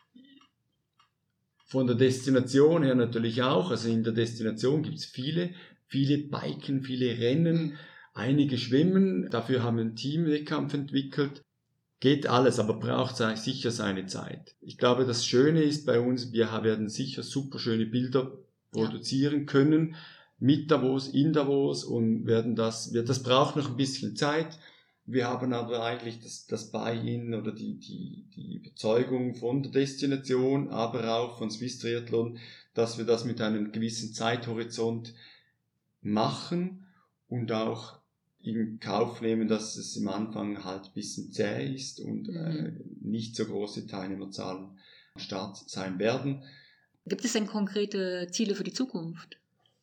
Von der Destination her natürlich auch, also in der Destination gibt's viele, viele Biken, viele Rennen, einige schwimmen, dafür haben wir einen Teamwettkampf entwickelt. Geht alles, aber braucht sicher seine Zeit. Ich glaube, das Schöne ist bei uns, wir werden sicher super schöne Bilder produzieren können, mit Davos, in Davos und werden das, das braucht noch ein bisschen Zeit. Wir haben aber eigentlich das, das Buy-in oder die, die, die Überzeugung von der Destination, aber auch von Swiss Triathlon, dass wir das mit einem gewissen Zeithorizont machen und auch in Kauf nehmen, dass es am Anfang halt ein bisschen zäh ist und mhm. äh, nicht so große Teilnehmerzahlen am Start sein werden. Gibt es denn konkrete Ziele für die Zukunft?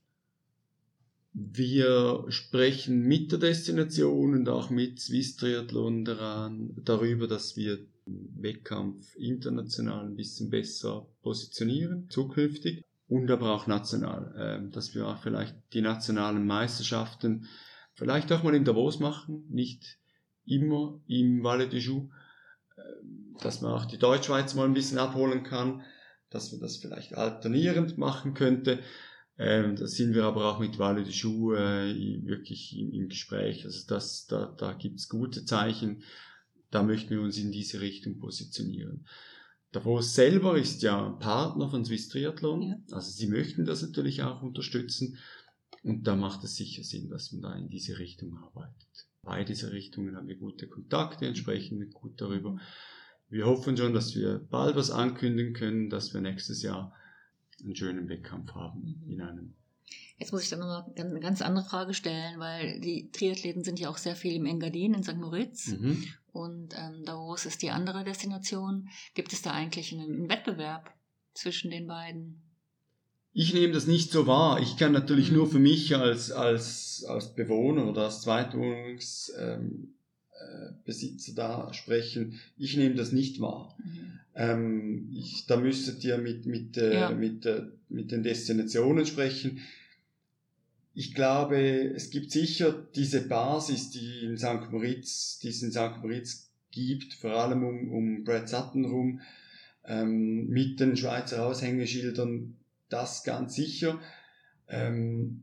Wir sprechen mit der Destination und auch mit Swiss Triathlon daran, darüber, dass wir den Wettkampf international ein bisschen besser positionieren, zukünftig und aber auch national, äh, dass wir auch vielleicht die nationalen Meisterschaften vielleicht auch mal in Davos machen, nicht immer im Valais du Joux, äh, dass man auch die Deutschschweiz mal ein bisschen abholen kann, dass man das vielleicht alternierend machen könnte. Ähm, da sind wir aber auch mit Valais du Joux äh, wirklich im, im Gespräch. Also das, da, da gibt's gute Zeichen. Da möchten wir uns in diese Richtung positionieren. Davos selber ist ja Partner von Swiss Triathlon. Ja. Also sie möchten das natürlich auch unterstützen. Und da macht es sicher Sinn, dass man da in diese Richtung arbeitet. Bei dieser Richtungen haben wir gute Kontakte, entsprechend gut darüber. Wir hoffen schon, dass wir bald was ankündigen können, dass wir nächstes Jahr einen schönen Wettkampf haben in einem. Jetzt muss ich dann noch eine ganz andere Frage stellen, weil die Triathleten sind ja auch sehr viel im Engadin in Sankt Moritz mhm. und ähm, Davos ist die andere Destination. Gibt es da eigentlich einen, einen Wettbewerb zwischen den beiden? Ich nehme das nicht so wahr. Ich kann natürlich mhm. nur für mich als, als, als Bewohner oder als Zweitwohnungsbesitzer ähm, äh, da sprechen. Ich nehme das nicht wahr. Mhm. Ähm, ich, da müsstet ihr mit, mit, äh, ja. mit, äh, mit den Destinationen sprechen. Ich glaube, es gibt sicher diese Basis, die in Sankt Moritz, die es in Sankt Moritz gibt, vor allem um, um Brad Sutton rum, ähm, mit den Schweizer Aushängeschildern, das ganz sicher. Ähm,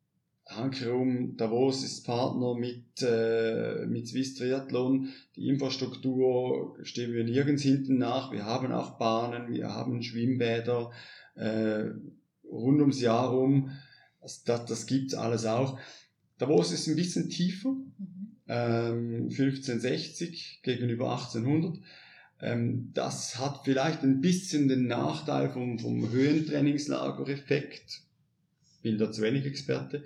Hankerum, Davos ist Partner mit, äh, mit Swiss Triathlon. Die Infrastruktur stehen wir nirgends hinten nach. Wir haben auch Bahnen, wir haben Schwimmbäder äh, rund ums Jahr rum. Das, das, das gibt's alles auch. Davos ist ein bisschen tiefer, mhm. ähm, fünfzehnhundertsechzig gegenüber achtzehnhundert. Ähm, das hat vielleicht ein bisschen den Nachteil vom, vom Höhentrainingslager-Effekt. Bin da zu wenig Experte.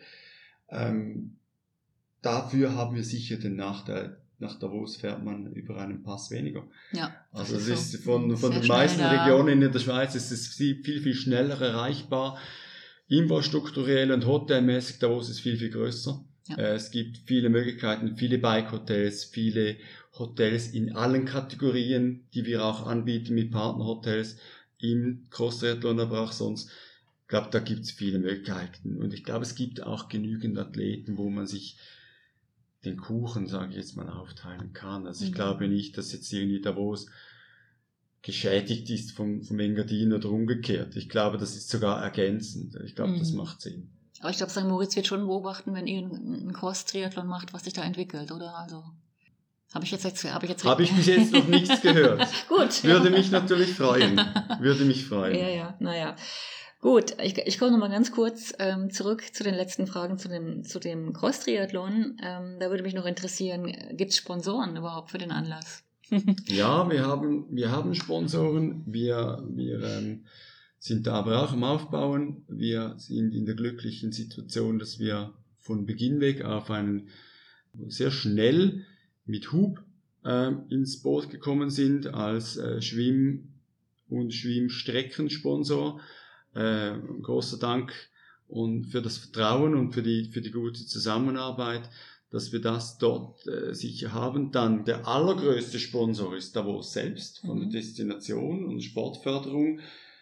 Ähm, dafür haben wir sicher den Nachteil, nach Davos fährt man über einen Pass weniger. Ja, also es ist so von, von den meisten da. Regionen in der Schweiz ist es viel, viel schneller erreichbar. Infrastrukturell und hotelmäßig, Davos ist viel, viel größer. Ja. Äh, es gibt viele Möglichkeiten, viele Bike-Hotels, viele Hotels in allen Kategorien, die wir auch anbieten mit Partnerhotels im Cross-Triathlon, aber auch sonst. Ich glaube, da gibt es viele Möglichkeiten. Und ich glaube, es gibt auch genügend Athleten, wo man sich den Kuchen, sage ich jetzt mal, aufteilen kann. Also ich mhm. glaube nicht, dass jetzt irgendwie Davos geschädigt ist vom, vom Engadin oder umgekehrt. Ich glaube, das ist sogar ergänzend. Ich glaube, mhm. das macht Sinn. Aber ich glaube, Sankt Moritz wird schon beobachten, wenn ihr einen Cross-Triathlon macht, was sich da entwickelt, oder? Also habe ich jetzt, jetzt habe ich jetzt habe ich bis jetzt noch nichts gehört. Gut. Würde mich natürlich freuen. Würde mich freuen. Ja, ja, naja. Gut, ich, ich komme nochmal ganz kurz ähm, zurück zu den letzten Fragen zu dem, zu dem Cross-Triathlon. Ähm, da würde mich noch interessieren, gibt es Sponsoren überhaupt für den Anlass? Ja, wir haben, wir haben Sponsoren. Wir, wir ähm, sind da aber auch am Aufbauen. Wir sind in der glücklichen Situation, dass wir von Beginn weg auf einen sehr schnell mit Hub äh, ins Boot gekommen sind als äh, Schwimm- und Schwimmstreckensponsor. Äh, großer Dank und für das Vertrauen und für die, für die gute Zusammenarbeit, dass wir das dort äh, sicher haben. Dann der allergrößte Sponsor ist Davos selbst, von der Destination und Sportförderung.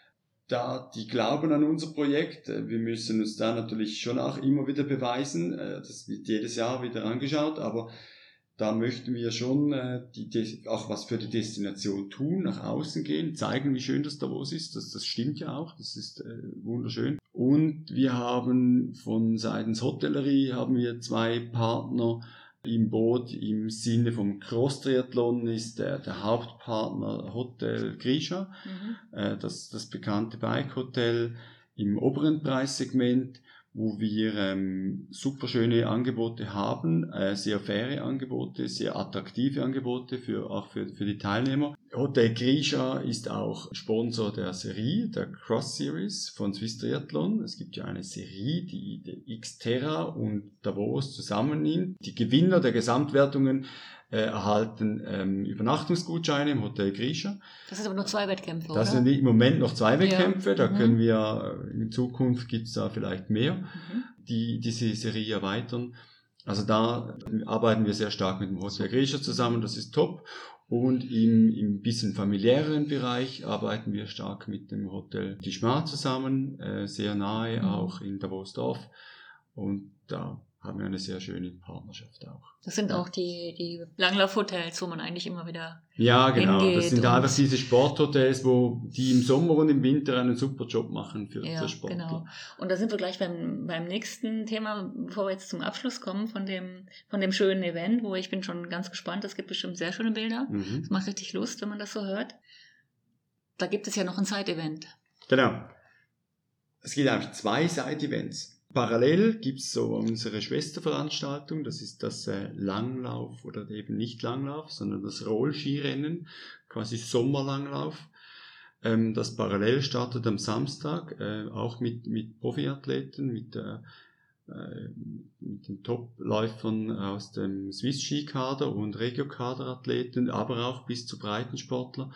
Da, die glauben an unser Projekt. Wir müssen uns da natürlich schon auch immer wieder beweisen. Äh, das wird jedes Jahr wieder angeschaut, aber da möchten wir schon äh, die, die, auch was für die Destination tun, nach außen gehen, zeigen, wie schön das Davos ist. Das, das stimmt ja auch, das ist äh, wunderschön. Und wir haben von seitens Hotellerie haben wir zwei Partner im Boot im Sinne vom Cross-Triathlon ist der, der Hauptpartner Hotel Grisha, mhm. äh, das, das bekannte Bike-Hotel im oberen Preissegment. wo wir ähm, super schöne Angebote haben, äh, sehr faire Angebote, sehr attraktive Angebote für auch für, für die Teilnehmer. Hotel Grisha ist auch Sponsor der Serie, der Cross Series von Swiss Triathlon. Es gibt ja eine Serie, die, die Xterra und Davos zusammennimmt. Die Gewinner der Gesamtwertungen äh, erhalten ähm, Übernachtungsgutscheine im Hotel Grisha. Das sind aber nur zwei Wettkämpfe, oder? Das sind im Moment noch zwei Wettkämpfe, ja. da mhm. können wir, in Zukunft gibt es da vielleicht mehr, mhm. die diese Serie erweitern. Also da arbeiten wir sehr stark mit dem Hotel Grisha zusammen, das ist top. Und im, im bisschen familiäreren Bereich arbeiten wir stark mit dem Hotel Tischmar zusammen, äh, sehr nahe, mhm. auch in Davos-Dorf. Und da haben wir eine sehr schöne Partnerschaft auch. Das sind ja. auch die, die Langlaufhotels, wo man eigentlich immer wieder Ja, genau. hingeht. Das sind einfach diese Sporthotels, wo die im Sommer und im Winter einen super Job machen für, ja, für Sportler. Genau. Und da sind wir gleich beim, beim nächsten Thema, bevor wir jetzt zum Abschluss kommen von dem, von dem schönen Event, wo ich bin schon ganz gespannt. Es gibt bestimmt sehr schöne Bilder. Mhm. Es macht richtig Lust, wenn man das so hört. Da gibt es ja noch ein Side-Event. Genau. Es gibt eigentlich zwei Side-Events. Parallel gibt's so unsere Schwesterveranstaltung, das ist das äh, Langlauf oder eben nicht Langlauf, sondern das Rollskirennen, quasi Sommerlanglauf. Ähm, das parallel startet am Samstag, äh, auch mit, mit Profiathleten, mit, äh, äh, mit den Top-Läufern aus dem Swiss-Ski-Kader und Regio-Kader-Athleten, aber auch bis zu Breitensportler.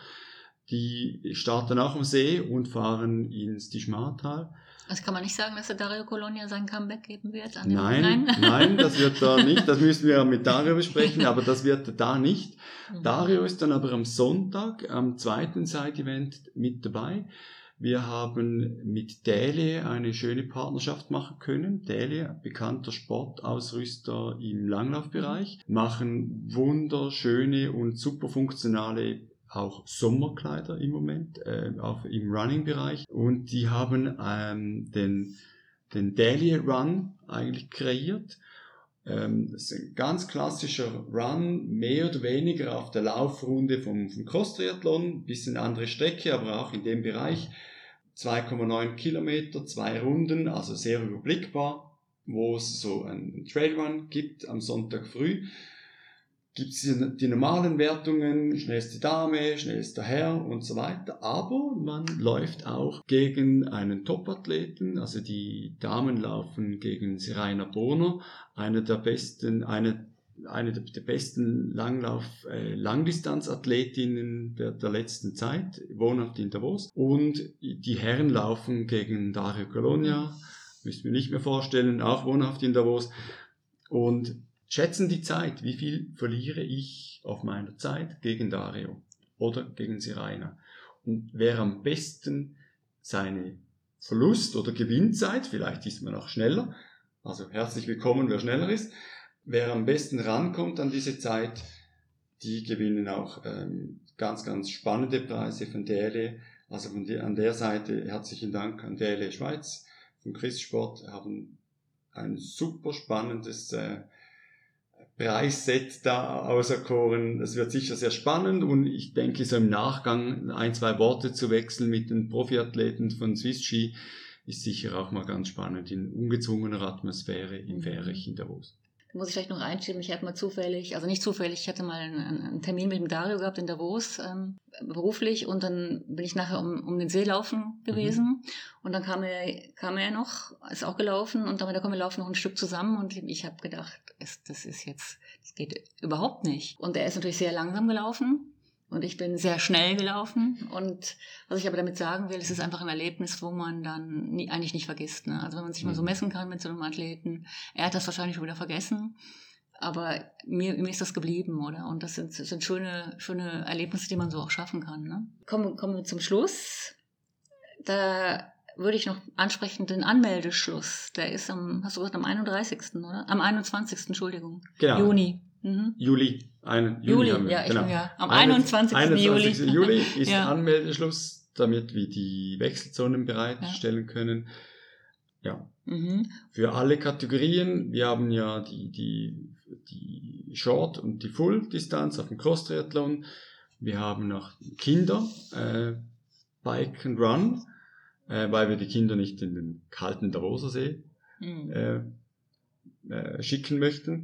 Die starten auch am See und fahren ins Tischmartal. Also kann man nicht sagen, dass der Dario Colonia sein Comeback geben wird? An dem nein, nein, nein, das wird da nicht. Das müssen wir mit Dario besprechen, aber das wird da nicht. Mhm. Dario ist dann aber am Sonntag, am zweiten Side-Event mit dabei. Wir haben mit Dähle eine schöne Partnerschaft machen können. Dähle, bekannter Sportausrüster im Langlaufbereich, mhm. machen wunderschöne und super funktionale auch Sommerkleider im Moment, äh, auch im Running-Bereich. Und die haben ähm, den, den Daily Run eigentlich kreiert. Ähm, das ist ein ganz klassischer Run, mehr oder weniger auf der Laufrunde vom, vom Cross-Triathlon. Bisschen andere Strecke, aber auch in dem Bereich. zwei Komma neun Kilometer, zwei Runden, also sehr überblickbar, wo es so einen Trailrun gibt am Sonntag früh. Gibt es die, die normalen Wertungen, schnellste Dame, schnellster Herr und so weiter. Aber man läuft auch gegen einen Top-Athleten. Also die Damen laufen gegen Seraina Bohner, eine der besten, eine, eine der besten Langlauf, äh, Langdistanzathletinnen der, der letzten Zeit, wohnhaft in Davos. Und die Herren laufen gegen Dario Colonia, müssen wir nicht mehr vorstellen, auch wohnhaft in Davos. Und schätzen die Zeit, wie viel verliere ich auf meiner Zeit gegen Dario oder gegen Seraina. Und wer am besten seine Verlust- oder Gewinnzeit, vielleicht ist man auch schneller, also herzlich willkommen, wer schneller ist, wer am besten rankommt an diese Zeit, die gewinnen auch ähm, ganz, ganz spannende Preise von D L E. Also von der, an der Seite herzlichen Dank an D L E Schweiz, vom Chris Sport, haben ein super spannendes äh, Preisset da auserkoren. Das wird sicher sehr spannend und ich denke, so im Nachgang ein, zwei Worte zu wechseln mit den Profiathleten von Swiss Ski ist sicher auch mal ganz spannend in ungezwungener Atmosphäre im Fährich in Davos. Da muss ich vielleicht noch einschieben, ich hatte mal zufällig, also nicht zufällig, ich hatte mal einen, einen Termin mit dem Dario gehabt in Davos, ähm, beruflich, und dann bin ich nachher um, um den See laufen gewesen, mhm. und dann kam er, kam er noch, ist auch gelaufen, und dann komm, wir laufen noch ein Stück zusammen, und ich habe gedacht, das, das ist jetzt, das geht überhaupt nicht. Und er ist natürlich sehr langsam gelaufen. Und ich bin sehr schnell gelaufen. Und was ich aber damit sagen will, es ist einfach ein Erlebnis, wo man dann nie, eigentlich nicht vergisst. Ne? Also wenn man sich mal so messen kann mit so einem Athleten, er hat das wahrscheinlich schon wieder vergessen, aber mir, mir ist das geblieben, oder? Und das sind, das sind schöne, schöne Erlebnisse, die man so auch schaffen kann. Ne? Kommen, kommen wir zum Schluss. Da würde ich noch ansprechen, den Anmeldeschluss. Der ist am, hast du gesagt, am einunddreißigsten oder? Am einundzwanzigsten Entschuldigung. Genau. Juni. Mhm. Juli. Ein, Juli, Juli, ja, ich genau. bin ja am einundzwanzigsten Juli. Juli ist ja. Anmeldeschluss, damit wir die Wechselzonen bereitstellen ja. können. Ja. Mhm. Für alle Kategorien, wir haben ja die, die, die Short- und die Full-Distanz auf dem Cross-Triathlon. Wir haben noch Kinder, äh, Bike and Run, äh, weil wir die Kinder nicht in den kalten Davoser See mhm. äh, äh, schicken möchten.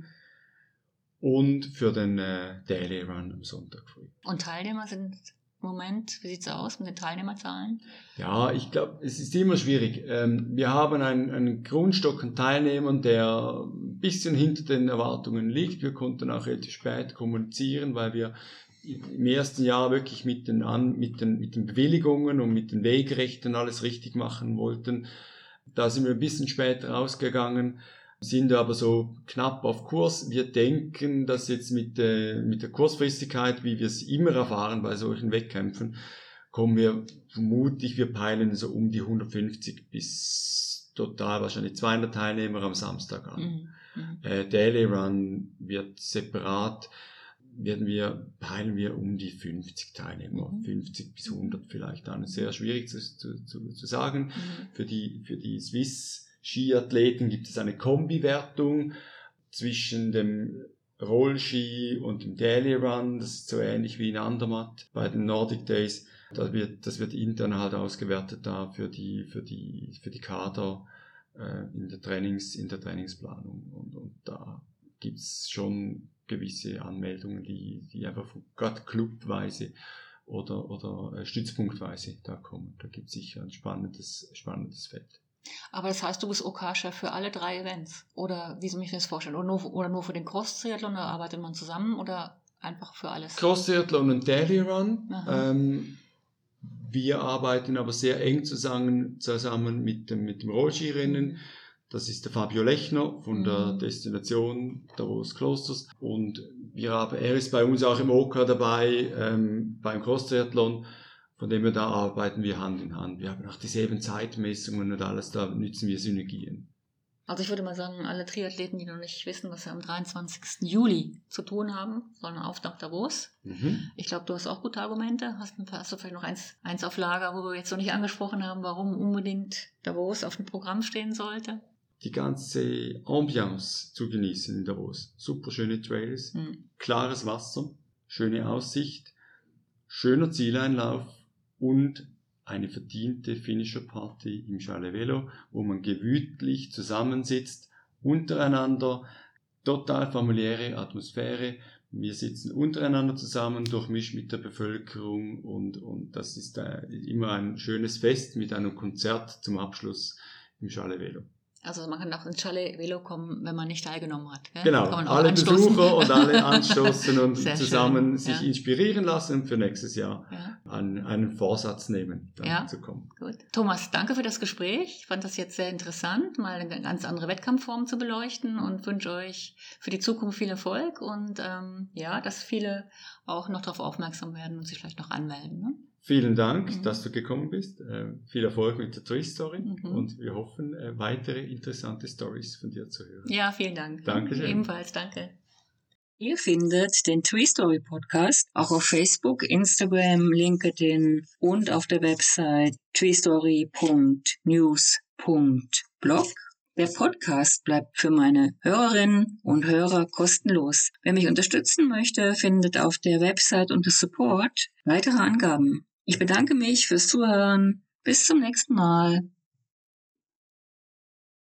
Und für den äh, Daily Run am Sonntag früh. Und Teilnehmer sind im Moment, wie sieht es aus mit den Teilnehmerzahlen? Ja, ich glaube, es ist immer schwierig. Ähm, wir haben einen, einen Grundstock an Teilnehmern, der ein bisschen hinter den Erwartungen liegt. Wir konnten auch relativ spät kommunizieren, weil wir im ersten Jahr wirklich mit den, an, mit den, mit den Bewilligungen und mit den Wegrechten alles richtig machen wollten. Da sind wir ein bisschen später rausgegangen, sind aber so knapp auf Kurs. Wir denken, dass jetzt mit, äh, mit der Kurzfristigkeit, wie wir es immer erfahren bei solchen Wettkämpfen, kommen wir vermutlich, wir peilen so um die hundertfünfzig bis total wahrscheinlich zweihundert Teilnehmer am Samstag an. Mhm. Äh, Daily Run wird separat, werden wir, peilen wir um die fünfzig Teilnehmer, mhm. fünfzig bis hundert vielleicht an. Sehr schwierig zu, zu, zu, zu sagen. Mhm. Für die, für die Swiss Skiathleten gibt es eine Kombiwertung zwischen dem Rollski und dem Daily Run. Das ist so ähnlich wie in Andermatt bei den Nordic Days. Das wird, das wird intern halt ausgewertet da für die, für die, für die Kader äh, in der Trainings, in der Trainingsplanung. Und, und da gibt's schon gewisse Anmeldungen, die, die einfach gerade clubweise oder, oder äh, stützpunktweise da kommen. Da gibt's sicher ein spannendes, spannendes Feld. Aber das heißt, du bist OK-Chef für alle drei Events? Oder wie soll ich mir das vorstellen? Oder nur, oder nur für den Cross-Triathlon, da arbeitet man zusammen oder einfach für alles? Cross-Triathlon und Daily Run. Ähm, wir arbeiten aber sehr eng zusammen, zusammen mit dem, mit dem Rollskirennen. Mhm. Das ist der Fabio Lechner von mhm. der Destination Davos Klosters. Und wir haben, er ist bei uns auch im OK dabei, ähm, beim Cross-Triathlon. Von dem wir da arbeiten wir Hand in Hand. Wir haben auch dieselben Zeitmessungen und alles, da nützen wir Synergien. Also ich würde mal sagen, alle Triathleten, die noch nicht wissen, was sie am dreiundzwanzigsten Juli zu tun haben, sollen auf nach Davos. Mhm. Ich glaube, du hast auch gute Argumente. Hast, hast du vielleicht noch eins, eins auf Lager, wo wir jetzt noch nicht angesprochen haben, warum unbedingt Davos auf dem Programm stehen sollte? Die ganze Ambiance zu genießen in Davos. Super schöne Trails, mhm. klares Wasser, schöne Aussicht, schöner Zieleinlauf. Und eine verdiente Finisher-Party im Chalet Velo, wo man gemütlich zusammensitzt, untereinander, total familiäre Atmosphäre. Wir sitzen untereinander zusammen, durchmischt mit der Bevölkerung und, und das ist äh, immer ein schönes Fest mit einem Konzert zum Abschluss im Chalet Velo. Also man kann auch ins Chalet Velo kommen, wenn man nicht teilgenommen hat. Gell? Genau, kann man alle anstoßen. Besucher und alle anstoßen und Sehr zusammen schön. sich ja. inspirieren lassen und für nächstes Jahr ja. einen, einen Vorsatz nehmen, da ja. zu kommen. Gut. Thomas, danke für das Gespräch. Ich fand das jetzt sehr interessant, mal eine ganz andere Wettkampfform zu beleuchten und wünsche euch für die Zukunft viel Erfolg und ähm, ja, dass viele auch noch darauf aufmerksam werden und sich vielleicht noch anmelden. Ne? Vielen Dank, mhm. dass du gekommen bist. Äh, viel Erfolg mit der Tri-Story mhm. und wir hoffen, äh, weitere interessante Stories von dir zu hören. Ja, vielen Dank. Dankeschön. Ebenfalls, danke. Ihr findet den Tri-Story Podcast auch auf Facebook, Instagram, LinkedIn und auf der Website tristory punkt news punkt blog. Der Podcast bleibt für meine Hörerinnen und Hörer kostenlos. Wer mich unterstützen möchte, findet auf der Website unter Support weitere Angaben. Ich bedanke mich fürs Zuhören. Bis zum nächsten Mal.